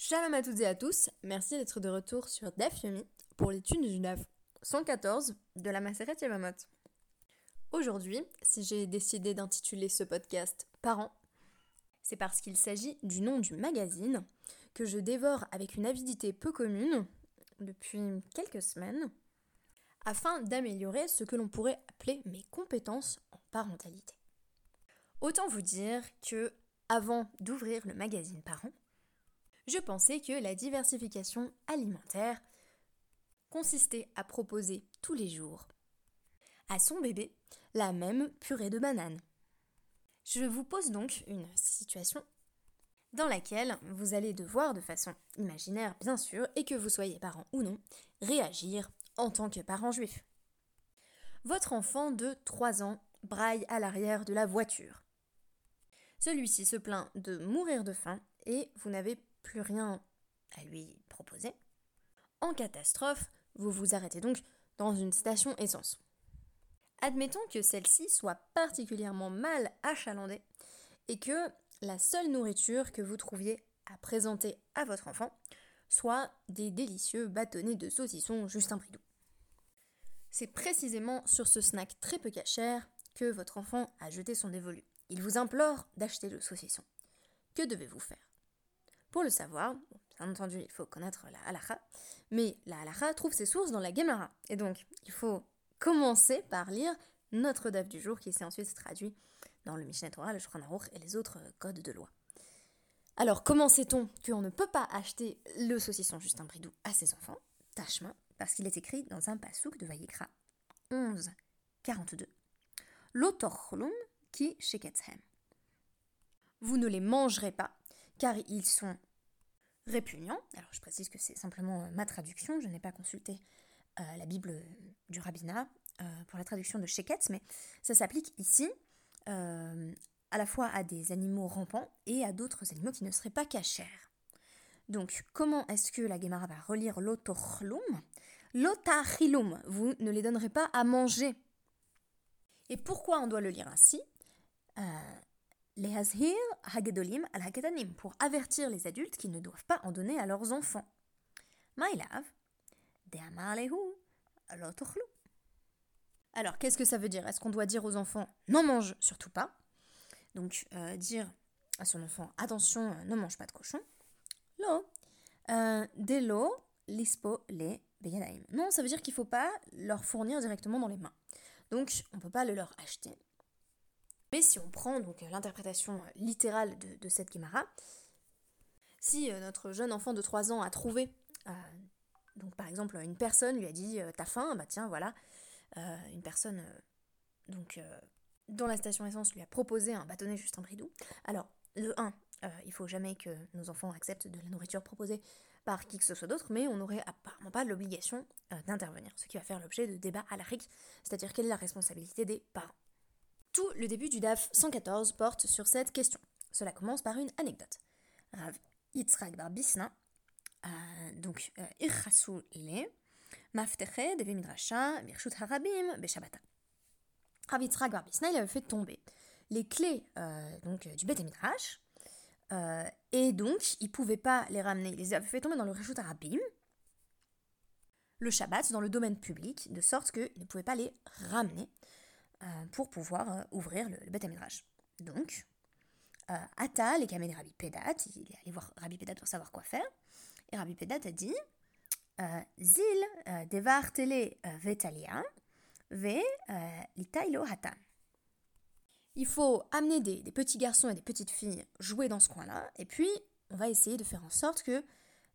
Shalom à toutes et à tous, merci d'être de retour sur Daf Yomi pour l'étude du Daf 114 de la Maseret Yevamot. Aujourd'hui, si j'ai décidé d'intituler ce podcast Parents, c'est parce qu'il s'agit du nom du magazine que je dévore avec une avidité peu commune depuis quelques semaines afin d'améliorer ce que l'on pourrait appeler mes compétences en parentalité. Autant vous dire que, avant d'ouvrir le magazine Parents, je pensais que la diversification alimentaire consistait à proposer tous les jours à son bébé la même purée de banane. Je vous pose donc une situation dans laquelle vous allez devoir, de façon imaginaire bien sûr, et que vous soyez parent ou non, réagir en tant que parent juif. Votre enfant de 3 ans braille à l'arrière de la voiture. Celui-ci se plaint de mourir de faim et vous n'avez plus rien à lui proposer. En catastrophe, vous vous arrêtez donc dans une station essence. Admettons que celle-ci soit particulièrement mal achalandée et que la seule nourriture que vous trouviez à présenter à votre enfant soit des délicieux bâtonnets de saucisson Justin Bridou. C'est précisément sur ce snack très peu cachère que votre enfant a jeté son dévolu. Il vous implore d'acheter le saucisson. Que devez-vous faire ? Pour le savoir, bien entendu, il faut connaître la halakha, mais la halakha trouve ses sources dans la Gemara. Et donc, il faut commencer par lire notre daf du jour qui s'est ensuite traduit dans le Mishneh Torah, le Shulchan Aruch et les autres codes de loi. Alors, comment sait-on qu'on ne peut pas acheter le saucisson Justin Bridou à ses enfants ? Tashma, parce qu'il est écrit dans un passouk de Vayikra 11, 42. Lo tochlum ki shekethem. Vous ne les mangerez pas, car ils sont répugnants. Alors je précise que c'est simplement ma traduction, je n'ai pas consulté la Bible du rabbinat pour la traduction de Sheketz, mais ça s'applique ici à la fois à des animaux rampants et à d'autres animaux qui ne seraient pas cachers. Donc comment est-ce que la Gemara va relire l'otochlum ? L'otachilum, vous ne les donnerez pas à manger. Et pourquoi on doit le lire ainsi ? Les hazhir hagedolim al haketanim, pour avertir les adultes qui ne doivent pas en donner à leurs enfants. Maïlav, de'amar lehu, lo tochlu. Alors, qu'est-ce que ça veut dire ? Est-ce qu'on doit dire aux enfants « n'en mange surtout pas » ? Donc, dire à son enfant « attention, ne mange pas de cochon ». Lo, delo lispo le beyadaim. Non, ça veut dire qu'il ne faut pas leur fournir directement dans les mains. Donc, on ne peut pas le leur acheter. Mais si on prend donc l'interprétation littérale de cette Gemara, si notre jeune enfant de 3 ans a trouvé, donc par exemple une personne lui a dit « t'as faim ?» Bah tiens voilà, une personne dans la station essence lui a proposé un bâtonnet Justin Bridou. Alors, le 1, il faut jamais que nos enfants acceptent de la nourriture proposée par qui que ce soit d'autre, mais on n'aurait apparemment pas l'obligation d'intervenir, ce qui va faire l'objet de débats halakhiques, c'est-à-dire quelle est la responsabilité des parents. Tout le début du DAF 114 porte sur cette question. Cela commence par une anecdote. Rav Yitzhak bar Bisna, Irchasu le, Mafteche deve midrasha, Birshut harabim, beshabata. Rav Yitzhak bar Bisna, il avait fait tomber les clés du Beth Midrash, et donc il ne pouvait pas les ramener. Il les avait fait tomber dans le Birshut harabim, le Shabbat, dans le domaine public, de sorte qu'il ne pouvait pas les ramener pour pouvoir ouvrir le Beth Midrash. Donc, Atal et Kamen Rabbi Pedat, il est allé voir Rabbi Pedat pour savoir quoi faire, et Rabbi Pedat a dit Zil devar tele vetalia ve litailo hatan. Il faut amener des petits garçons et des petites filles jouer dans ce coin-là, et puis on va essayer de faire en sorte que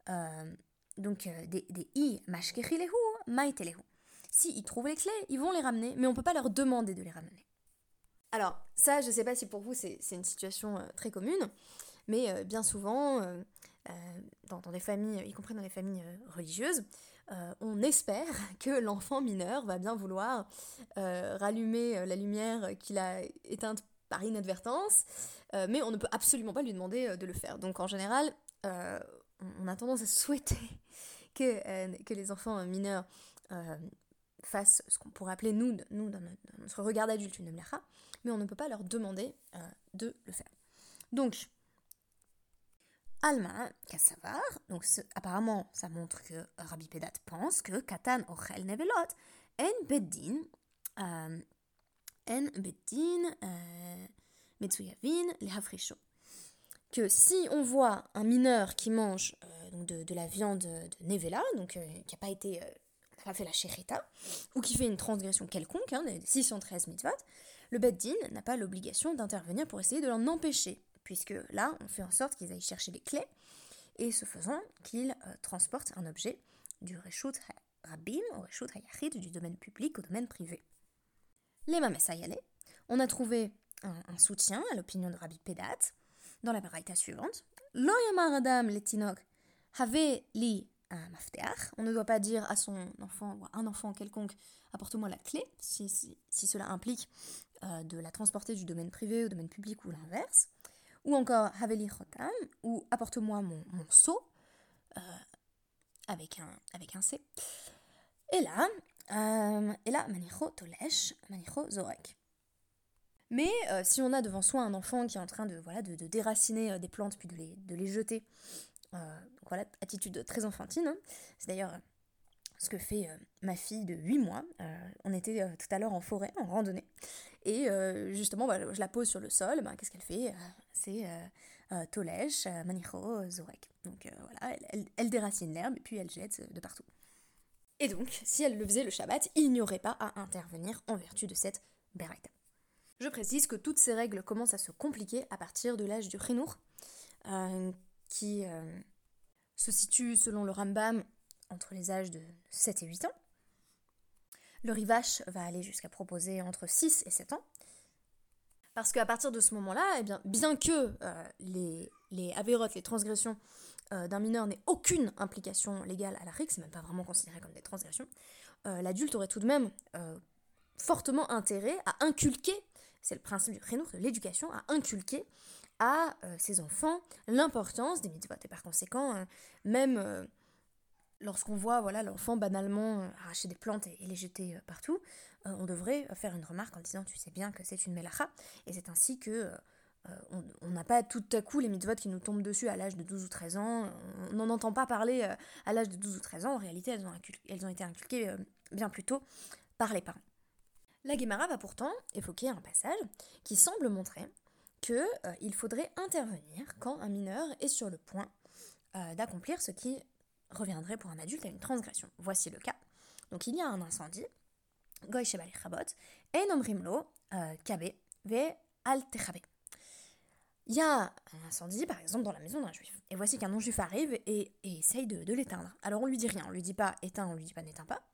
des i mashkechilehu maitelehu. S'ils trouvent les clés, ils vont les ramener, mais on ne peut pas leur demander de les ramener. Alors, ça, je ne sais pas si pour vous c'est une situation très commune, mais bien souvent, dans des familles, y compris dans les familles religieuses, on espère que l'enfant mineur va bien vouloir rallumer la lumière qu'il a éteinte par inadvertance, mais on ne peut absolument pas lui demander de le faire. Donc en général, on a tendance à souhaiter que les enfants mineurs fassent ce qu'on pourrait appeler, nous dans notre regard d'adulte, une melacha, mais on ne peut pas leur demander de le faire. Donc, Alma Kassavar, donc apparemment ça montre que Rabbi Pedat pense que Katan Ochel Nevelot en Beddin Metsuyavin Lehafrisho. Que si on voit un mineur qui mange donc de la viande de Nevela, donc qui n'a pas été pas fait la shérita, ou qui fait une transgression quelconque, des 613 mitzvot, le Beddin n'a pas l'obligation d'intervenir pour essayer de l'en empêcher, puisque là, on fait en sorte qu'ils aillent chercher les clés, et ce faisant, qu'ils transportent un objet du Reshut Rabim au Reshut Hayachid, du domaine public au domaine privé. Les Mamessayale, on a trouvé un soutien à l'opinion de Rabbi Pedat dans la baraita suivante. Lo yamar adam letinok have li mafteach. On ne doit pas dire à son enfant ou à un enfant quelconque apporte-moi la clé, si cela implique de la transporter du domaine privé au domaine public ou l'inverse. Ou encore have li chotam, ou apporte-moi mon seau, avec un C. Et là, manicho tolesh, manicho zorek. Mais si on a devant soi un enfant qui est en train de déraciner des plantes puis de les jeter, donc voilà, attitude très enfantine, c'est d'ailleurs ce que fait ma fille de 8 mois. On était tout à l'heure en forêt, en randonnée, et justement je la pose sur le sol, qu'est-ce qu'elle fait c'est Tolesh, Manicho, Zorek. Donc voilà, elle déracine l'herbe et puis elle jette de partout. Et donc, si elle le faisait le Shabbat, il n'y aurait pas à intervenir en vertu de cette beraita. Je précise que toutes ces règles commencent à se compliquer à partir de l'âge du Chinour, qui se situe selon le Rambam entre les âges de 7 et 8 ans. Le Rivash va aller jusqu'à proposer entre 6 et 7 ans. Parce qu'à partir de ce moment-là, bien que les avérotes, les transgressions d'un mineur n'aient aucune implication légale à la RIC, c'est même pas vraiment considéré comme des transgressions, l'adulte aurait tout de même fortement intérêt à inculquer, c'est le principe du Chinour, de l'éducation, à inculquer à ses enfants l'importance des mitzvot. Et par conséquent, même lorsqu'on voit l'enfant banalement arracher des plantes et les jeter partout, on devrait faire une remarque en disant tu sais bien que c'est une melacha, et c'est ainsi que on n'a pas tout à coup les mitzvot qui nous tombent dessus à l'âge de 12 ou 13 ans, on n'en entend pas parler à l'âge de 12 ou 13 ans, en réalité elles ont été inculquées bien plus tôt par les parents. La Guémara va pourtant évoquer un passage qui semble montrer qu'il faudrait intervenir quand un mineur est sur le point d'accomplir ce qui reviendrait pour un adulte à une transgression. Voici le cas. Donc il y a un incendie, Goy Shebal Chabot, et Nomrimlo, Kabe, Ve Al Techabe. Il y a un incendie, par exemple, dans la maison d'un juif. Et voici qu'un non-juif arrive et essaye de l'éteindre. Alors on lui dit rien, on lui dit pas éteins, on lui dit pas n'éteins pas.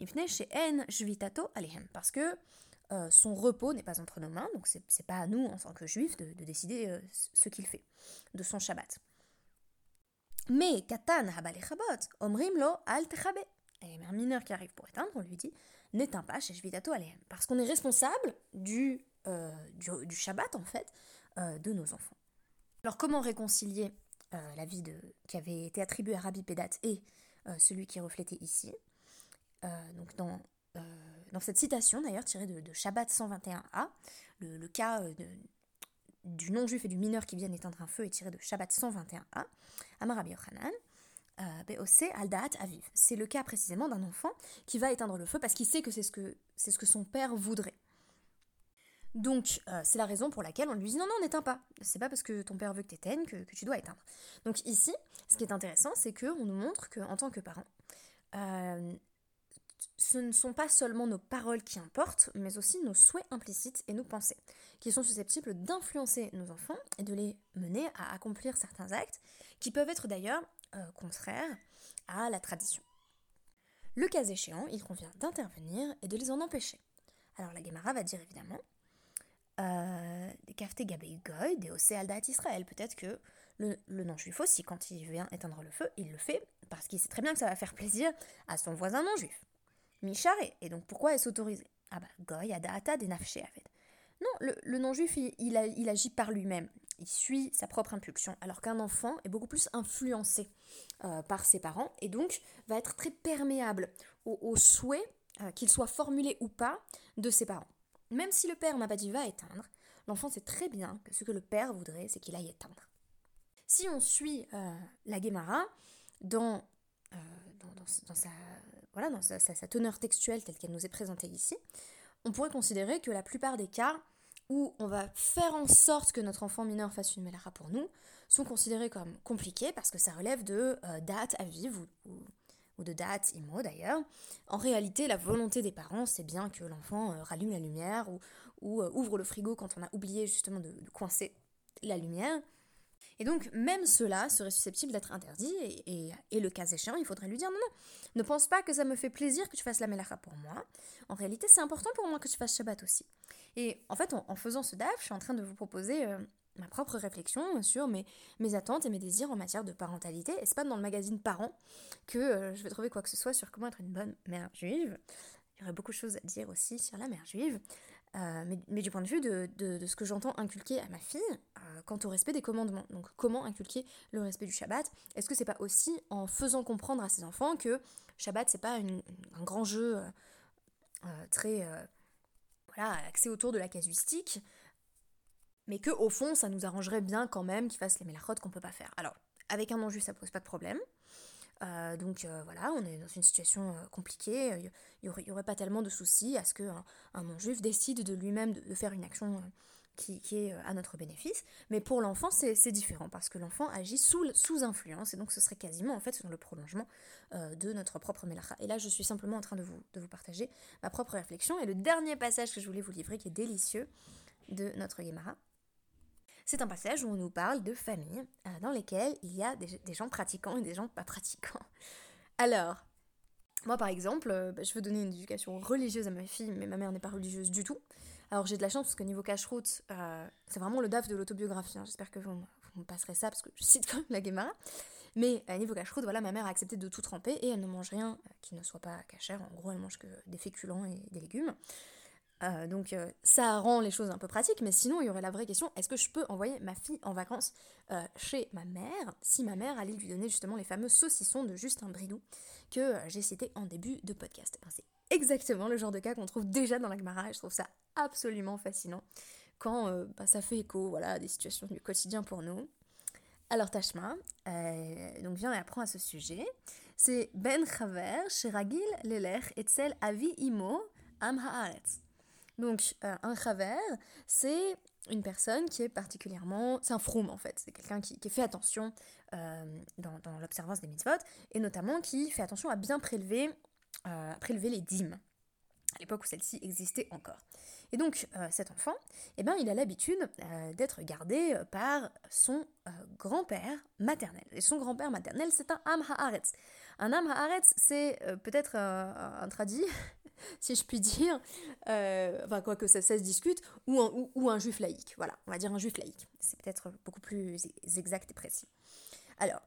Parce que son repos n'est pas entre nos mains, donc c'est pas à nous, en tant que juifs, de décider ce qu'il fait de son Shabbat. Mais Katan Habale Chabot, Omrimlo Al Techabe. Et un mineur qui arrive pour éteindre, on lui dit n'éteins pas chez Shvitato Alehem. Parce qu'on est responsable du Shabbat, en fait, de nos enfants. Alors comment réconcilier la vie qui avait été attribuée à Rabbi Pedat et celui qui est reflété ici, donc dans cette citation d'ailleurs tirée de Shabbat 121a, le cas du non-juif et du mineur qui viennent éteindre un feu est tiré de Shabbat 121a, Amar Rabbi Yochanan, Be'ose al Da'at Aviv. C'est le cas précisément d'un enfant qui va éteindre le feu parce qu'il sait que c'est ce que son père voudrait. Donc, c'est la raison pour laquelle on lui dit non, n'éteins pas. C'est pas parce que ton père veut que tu éteignes que tu dois éteindre. Donc ici, ce qui est intéressant, c'est qu'on nous montre qu'en tant que parents, ce ne sont pas seulement nos paroles qui importent, mais aussi nos souhaits implicites et nos pensées, qui sont susceptibles d'influencer nos enfants et de les mener à accomplir certains actes, qui peuvent être d'ailleurs contraires à la tradition. Le cas échéant, il convient d'intervenir et de les en empêcher. Alors la Guémara va dire évidemment des kafté gabei goy, des osé al da'at Israël. Peut-être que le non-juif aussi, quand il vient éteindre le feu, il le fait parce qu'il sait très bien que ça va faire plaisir à son voisin non-juif. Micharé. Et donc pourquoi est-ce autorisé? Goy ada'ata des nafché aved. Non, le non-juif, il agit par lui-même. Il suit sa propre impulsion, alors qu'un enfant est beaucoup plus influencé par ses parents et donc va être très perméable aux souhaits, qu'ils soient formulés ou pas, de ses parents. Même si le père n'a pas dit va éteindre, l'enfant sait très bien que ce que le père voudrait, c'est qu'il aille éteindre. Si on suit la Guémara dans sa teneur textuelle telle qu'elle nous est présentée ici, on pourrait considérer que la plupart des cas où on va faire en sorte que notre enfant mineur fasse une mélara pour nous sont considérés comme compliqués parce que ça relève de dates à vivre ou de dates immo d'ailleurs. En réalité, la volonté des parents, c'est bien que l'enfant rallume la lumière ou ouvre le frigo quand on a oublié justement de coincer la lumière. Et donc, même cela serait susceptible d'être interdit, et le cas échéant, il faudrait lui dire non, ne pense pas que ça me fait plaisir que tu fasses la mélacha pour moi. En réalité, c'est important pour moi que tu fasses Shabbat aussi. Et en fait, en faisant ce DAF, je suis en train de vous proposer ma propre réflexion sur mes attentes et mes désirs en matière de parentalité. Et c'est pas dans le magazine Parents que je vais trouver quoi que ce soit sur comment être une bonne mère juive. Il y aurait beaucoup de choses à dire aussi sur la mère juive. Mais du point de vue de ce que j'entends inculquer à ma fille quant au respect des commandements. Donc comment inculquer le respect du Shabbat? Est-ce que c'est pas aussi en faisant comprendre à ses enfants que Shabbat c'est pas un grand jeu très axé autour de la casuistique, mais que au fond ça nous arrangerait bien quand même qu'ils fassent les mélachot qu'on peut pas faire. Alors avec un non-juif ça pose pas de problème. Donc on est dans une situation compliquée, il y aurait pas tellement de soucis à ce qu'un non-juif décide de lui-même de faire une action qui est à notre bénéfice, mais pour l'enfant c'est différent, parce que l'enfant agit sous influence, et donc ce serait quasiment en fait sur le prolongement de notre propre mélacha. Et là je suis simplement en train de vous partager ma propre réflexion, et le dernier passage que je voulais vous livrer, qui est délicieux, de notre Guémara, c'est un passage où on nous parle de familles dans lesquelles il y a des gens pratiquants et des gens pas pratiquants. Alors, moi par exemple, je veux donner une éducation religieuse à ma fille, mais ma mère n'est pas religieuse du tout. Alors j'ai de la chance parce que niveau cache-route, c'est vraiment le DAF de l'autobiographie. J'espère que vous me passerez ça parce que je cite quand même la Guémara. Mais niveau cache-route, voilà, ma mère a accepté de tout tremper et elle ne mange rien qui ne soit pas cachère. En gros, elle mange que des féculents et des légumes. Donc ça rend les choses un peu pratiques, mais sinon il y aurait la vraie question, est-ce que je peux envoyer ma fille en vacances chez ma mère si ma mère allait lui donner justement les fameux saucissons de Justin Bridou que j'ai cité en début de podcast. C'est exactement le genre de cas qu'on trouve déjà dans la Gemara, et je trouve ça absolument fascinant quand ça fait écho à des situations du quotidien pour nous. Alors Tashma donc vient et apprend à ce sujet, c'est Ben Chaver Sheragil Lelech Etzel Avi Imo Am Haaretz. Donc, un chaver, c'est une personne qui est particulièrement... C'est un froum, en fait. C'est quelqu'un qui fait attention dans l'observance des mitzvot, et notamment qui fait attention à bien prélever les dîmes, à l'époque où celle-ci existait encore. Et donc, cet enfant, il a l'habitude d'être gardé par son grand-père maternel. Et son grand-père maternel, c'est un Am Haaretz. Un Am Haaretz, c'est peut-être un tradit, si je puis dire, quoique ça se discute, ou un juif laïque. Voilà, on va dire un juif laïque. C'est peut-être beaucoup plus exact et précis. Alors,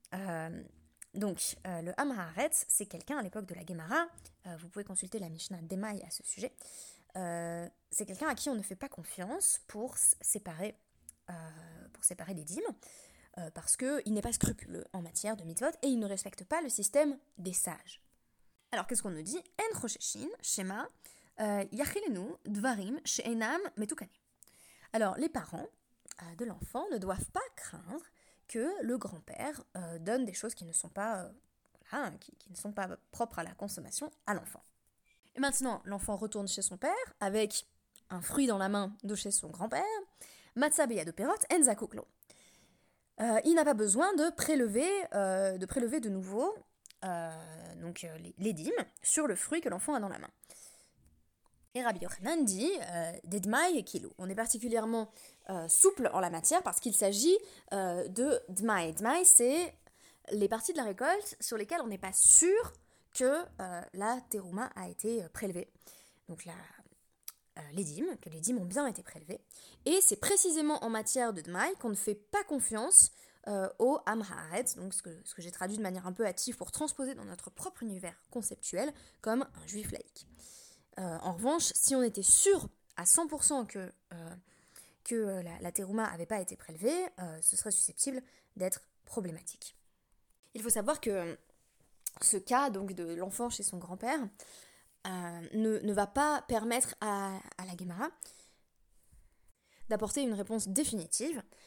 le Am Haaretz, c'est quelqu'un à l'époque de la Guémara, vous pouvez consulter la Mishnah d'Emaï à ce sujet, c'est quelqu'un à qui on ne fait pas confiance pour séparer les dîmes, parce qu'il n'est pas scrupuleux en matière de mitzvot et il ne respecte pas le système des sages. Alors qu'est-ce qu'on nous dit? En chosheshin, shema, yachilenu, dvarim, she'enam, metukanim. Alors les parents de l'enfant ne doivent pas craindre que le grand-père donne des choses qui ne sont pas qui ne sont pas propres à la consommation à l'enfant. Et maintenant, l'enfant retourne chez son père avec un fruit dans la main de chez son grand-père. Matzah beyado perot en zakuklo. Il n'a pas besoin de prélever de nouveau les dîmes sur le fruit que l'enfant a dans la main. Et Rabbi Yochanan dit d'edmaï et kilo. On est particulièrement souple en la matière parce qu'il s'agit de dmaï. Dmaï, c'est les parties de la récolte sur lesquelles on n'est pas sûr que la terouma a été prélevée. Donc les dîmes ont bien été prélevées. Et c'est précisément en matière de dmaï qu'on ne fait pas confiance au Am Haaretz, donc ce que j'ai traduit de manière un peu hâtive pour transposer dans notre propre univers conceptuel comme un juif laïque. En revanche, si on était sûr à 100% que la terouma n'avait pas été prélevée, ce serait susceptible d'être problématique. Il faut savoir que ce cas donc de l'enfant chez son grand-père ne va pas permettre à la Guémara d'apporter une réponse définitive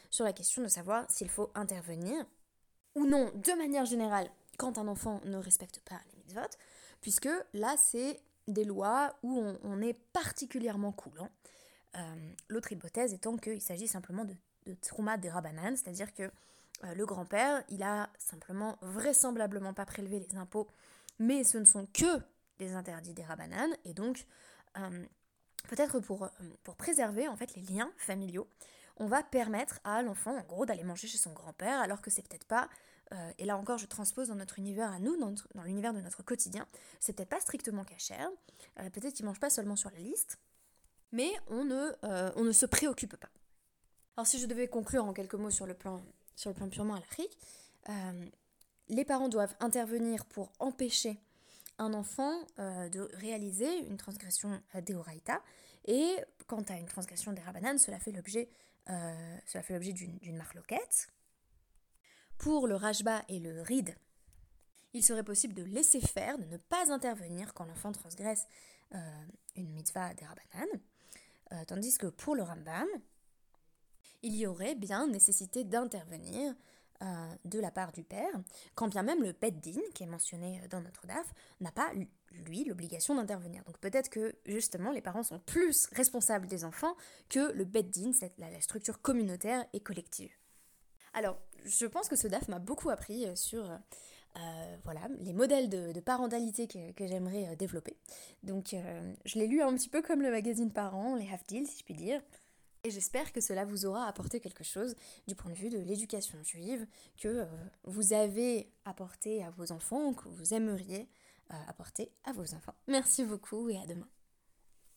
sur la question de savoir s'il faut intervenir ou non, de manière générale, quand un enfant ne respecte pas les mitzvot, puisque là, c'est des lois où on est particulièrement coulant. L'autre hypothèse étant qu'il s'agit simplement de Trouma des Rabbanan, c'est-à-dire que le grand-père, il a simplement vraisemblablement pas prélevé les impôts, mais ce ne sont que des interdits des Rabbanan, et donc peut-être pour préserver en fait les liens familiaux, on va permettre à l'enfant en gros d'aller manger chez son grand-père, alors que c'est peut-être pas, et là encore je transpose dans notre univers à nous, dans l'univers de notre quotidien, c'est peut-être pas strictement cachère, peut-être qu'il mange pas seulement sur la liste, mais on ne se préoccupe pas. Alors si je devais conclure en quelques mots sur le plan purement halachique, les parents doivent intervenir pour empêcher un enfant de réaliser une transgression d'Oraïta, et quant à une transgression des Rabbanan, cela fait l'objet d'une marloquette. Pour le Rashba et le Rid, il serait possible de laisser faire, de ne pas intervenir quand l'enfant transgresse une mitzvah des Rabbanan, tandis que pour le Rambam, il y aurait bien nécessité d'intervenir de la part du père, quand bien même le Bet Din, qui est mentionné dans notre DAF, n'a pas, lui, l'obligation d'intervenir. Donc peut-être que, justement, les parents sont plus responsables des enfants que le Bet Din, c'est la structure communautaire et collective. Alors, je pense que ce DAF m'a beaucoup appris sur les modèles de parentalité que j'aimerais développer. Donc, je l'ai lu un petit peu comme le magazine Parents, les Havdil, si je puis dire. Et j'espère que cela vous aura apporté quelque chose du point de vue de l'éducation juive que vous avez apporté à vos enfants ou que vous aimeriez apporter à vos enfants. Merci beaucoup et à demain.